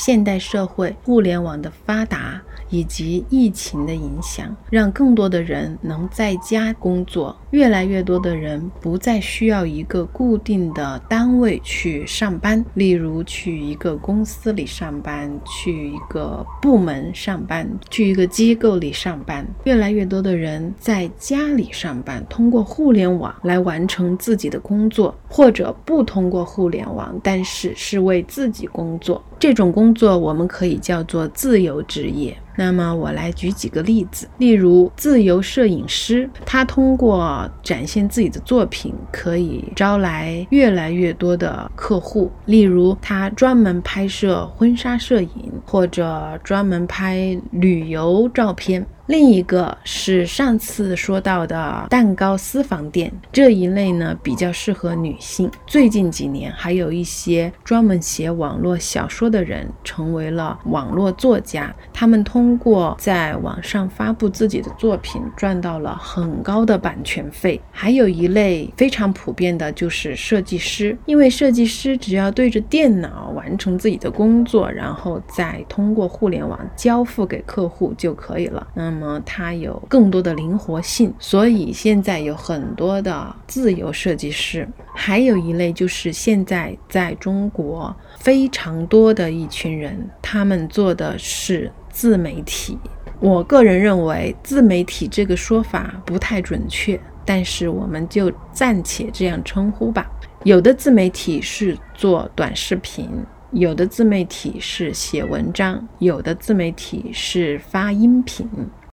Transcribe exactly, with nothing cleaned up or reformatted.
现代社会互联网的发达以及疫情的影响，让更多的人能在家工作，越来越多的人不再需要一个固定的单位去上班，例如去一个公司里上班，去一个部门上班，去一个机构里上班，越来越多的人在家里上班，通过互联网来完成自己的工作，或者不通过互联网，但是是为自己工作。这种工作我们可以叫做自由职业。那么我来举几个例子，例如自由摄影师，他通过展现自己的作品可以招来越来越多的客户，例如他专门拍摄婚纱摄影，或者专门拍旅游照片。另一个是上次说到的蛋糕私房店，这一类呢比较适合女性。最近几年还有一些专门写网络小说的人成为了网络作家，他们通过在网上发布自己的作品赚到了很高的版权费。还有一类非常普遍的就是设计师，因为设计师只要对着电脑完成自己的工作，然后再通过互联网交付给客户就可以了。那么它有更多的灵活性，所以现在有很多的自由设计师。还有一类就是现在在中国非常多的一群人，他们做的是自媒体。我个人认为自媒体这个说法不太准确，但是我们就暂且这样称呼吧。有的自媒体是做短视频，有的自媒体是写文章，有的自媒体是发音频。